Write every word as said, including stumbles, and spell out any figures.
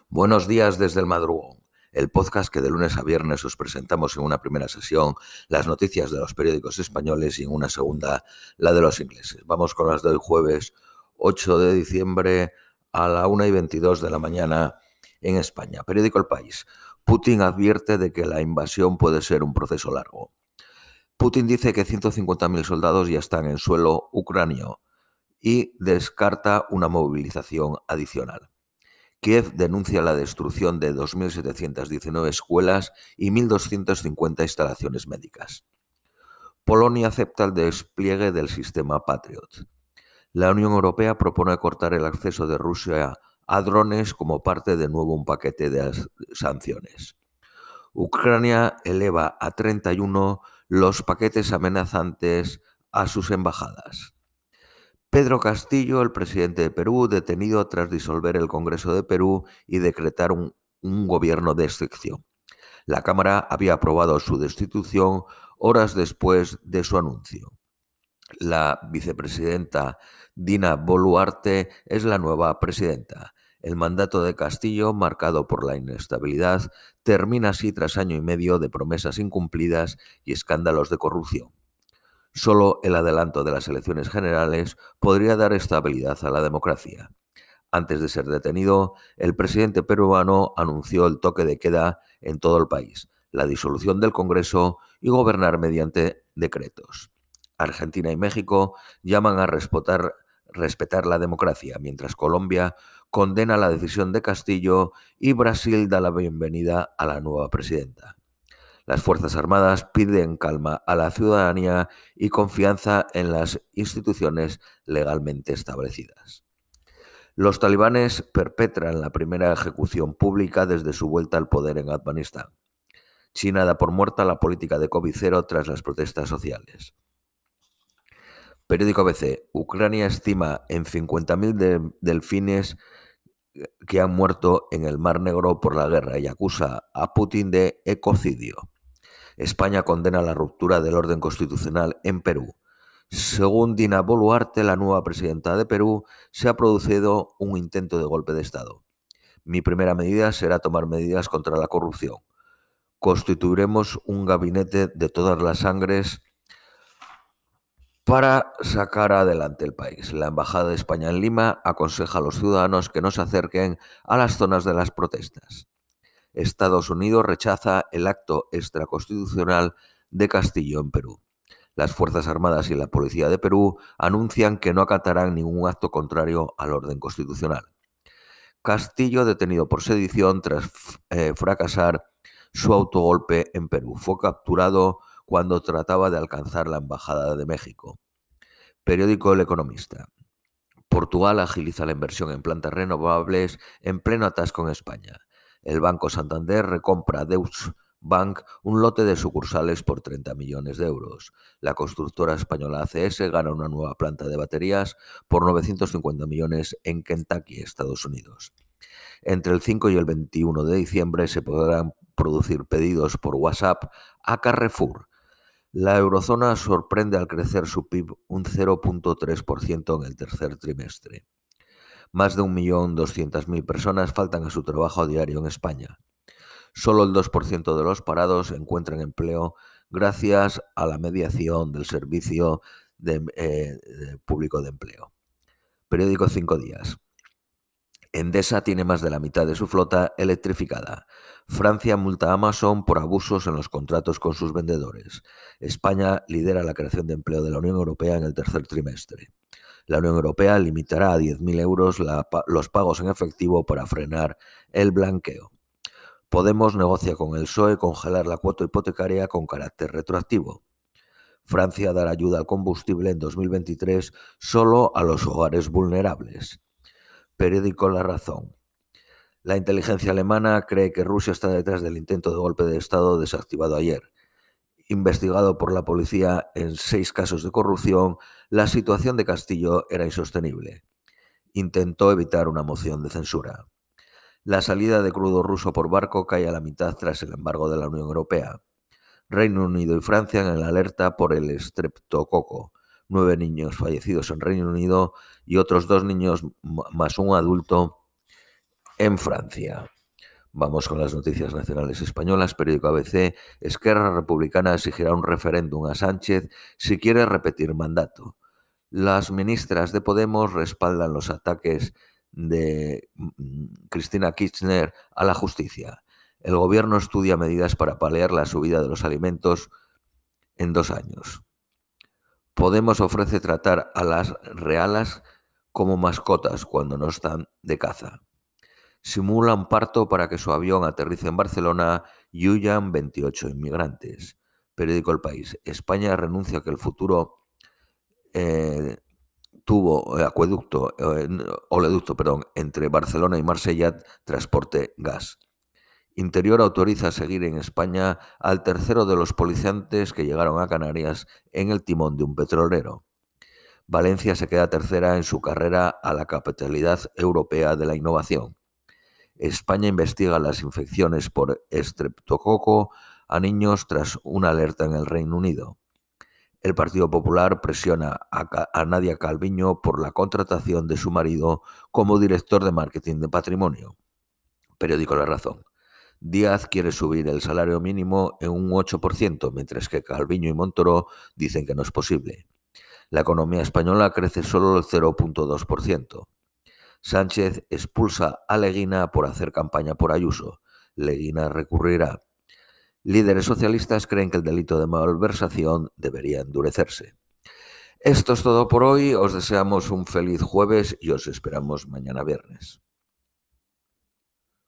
Buenos días desde el madrugón, el podcast que de lunes a viernes os presentamos en una primera sesión las noticias de los periódicos españoles y en una segunda la de los ingleses. Vamos con las de hoy jueves ocho de diciembre a la una y veintidós de la mañana en España. Periódico El País. Putin advierte de que la invasión puede ser un proceso largo. Putin dice que ciento cincuenta mil soldados ya están en suelo ucranio y descarta una movilización adicional. Kiev denuncia la destrucción de dos mil setecientas diecinueve escuelas y mil doscientas cincuenta instalaciones médicas. Polonia acepta el despliegue del sistema Patriot. La Unión Europea propone cortar el acceso de Rusia a drones como parte de nuevo un paquete de sanciones. Ucrania eleva a treinta y uno los paquetes amenazantes a sus embajadas. Pedro Castillo, el presidente de Perú, detenido tras disolver el Congreso de Perú y decretar un, un gobierno de excepción. La Cámara había aprobado su destitución horas después de su anuncio. La vicepresidenta Dina Boluarte es la nueva presidenta. El mandato de Castillo, marcado por la inestabilidad, termina así tras año y medio de promesas incumplidas y escándalos de corrupción. Solo el adelanto de las elecciones generales podría dar estabilidad a la democracia. Antes de ser detenido, el presidente peruano anunció el toque de queda en todo el país, la disolución del Congreso y gobernar mediante decretos. Argentina y México llaman a respetar, respetar la democracia, mientras Colombia condena la decisión de Castillo y Brasil da la bienvenida a la nueva presidenta. Las Fuerzas Armadas piden calma a la ciudadanía y confianza en las instituciones legalmente establecidas. Los talibanes perpetran la primera ejecución pública desde su vuelta al poder en Afganistán. China da por muerta la política de COVID cero tras las protestas sociales. Periódico A B C. Ucrania estima en cincuenta mil de delfines que han muerto en el Mar Negro por la guerra y acusa a Putin de ecocidio. España condena la ruptura del orden constitucional en Perú. Según Dina Boluarte, la nueva presidenta de Perú, se ha producido un intento de golpe de Estado. Mi primera medida será tomar medidas contra la corrupción. Constituiremos un gabinete de todas las sangres para sacar adelante el país. La Embajada de España en Lima aconseja a los ciudadanos que no se acerquen a las zonas de las protestas. Estados Unidos rechaza el acto extraconstitucional de Castillo en Perú. Las Fuerzas Armadas y la Policía de Perú anuncian que no acatarán ningún acto contrario al orden constitucional. Castillo detenido por sedición tras eh, fracasar su autogolpe en Perú. Fue capturado cuando trataba de alcanzar la Embajada de México. Periódico El Economista. Portugal agiliza la inversión en plantas renovables en pleno atasco en España. El Banco Santander recompra a Deutsche Bank un lote de sucursales por treinta millones de euros. La constructora española A C S gana una nueva planta de baterías por novecientos cincuenta millones en Kentucky, Estados Unidos. Entre el cinco y el veintiuno de diciembre se podrán producir pedidos por WhatsApp a Carrefour. La eurozona sorprende al crecer su P I B un cero punto tres por ciento en el tercer trimestre. Más de un millón doscientas mil personas faltan a su trabajo diario en España. Solo el dos por ciento de los parados encuentran empleo gracias a la mediación del Servicio de, eh, de Público de Empleo. Periódico Cinco Días. Endesa tiene más de la mitad de su flota electrificada. Francia multa a Amazon por abusos en los contratos con sus vendedores. España lidera la creación de empleo de la Unión Europea en el tercer trimestre. La Unión Europea limitará a diez mil euros la, los pagos en efectivo para frenar el blanqueo. Podemos negocia con el P S O E congelar la cuota hipotecaria con carácter retroactivo. Francia dará ayuda al combustible en dos mil veintitrés solo a los hogares vulnerables. Periódico La Razón. La inteligencia alemana cree que Rusia está detrás del intento de golpe de Estado desactivado ayer. Investigado por la policía en seis casos de corrupción, la situación de Castillo era insostenible. Intentó evitar una moción de censura. La salida de crudo ruso por barco cae a la mitad tras el embargo de la Unión Europea. Reino Unido y Francia en la alerta por el estreptococo. Nueve niños fallecidos en Reino Unido y otros dos niños más un adulto en Francia. Vamos con las noticias nacionales españolas. Periódico A B C. Esquerra Republicana exigirá un referéndum a Sánchez si quiere repetir mandato. Las ministras de Podemos respaldan los ataques de Cristina Kirchner a la justicia. El gobierno estudia medidas para paliar la subida de los alimentos en dos años. Podemos ofrece tratar a las realas como mascotas cuando no están de caza. Simulan parto para que su avión aterrice en Barcelona y huyan veintiocho inmigrantes. Periódico El País. España renuncia a que el futuro eh, tubo eh, acueducto, eh, oleoducto, perdón, entre Barcelona y Marsella transporte gas. Interior autoriza seguir en España al tercero de los policiantes que llegaron a Canarias en el timón de un petrolero. Valencia se queda tercera en su carrera a la capitalidad europea de la innovación. España investiga las infecciones por estreptococo a niños tras una alerta en el Reino Unido. El Partido Popular presiona a, a Nadia Calviño por la contratación de su marido como director de marketing de patrimonio. Periódico La Razón. Díaz quiere subir el salario mínimo en un ocho por ciento, mientras que Calviño y Montoro dicen que no es posible. La economía española crece solo el cero punto dos por ciento. Sánchez expulsa a Leguina por hacer campaña por Ayuso. Leguina recurrirá. Líderes socialistas creen que el delito de malversación debería endurecerse. Esto es todo por hoy. Os deseamos un feliz jueves y os esperamos mañana viernes.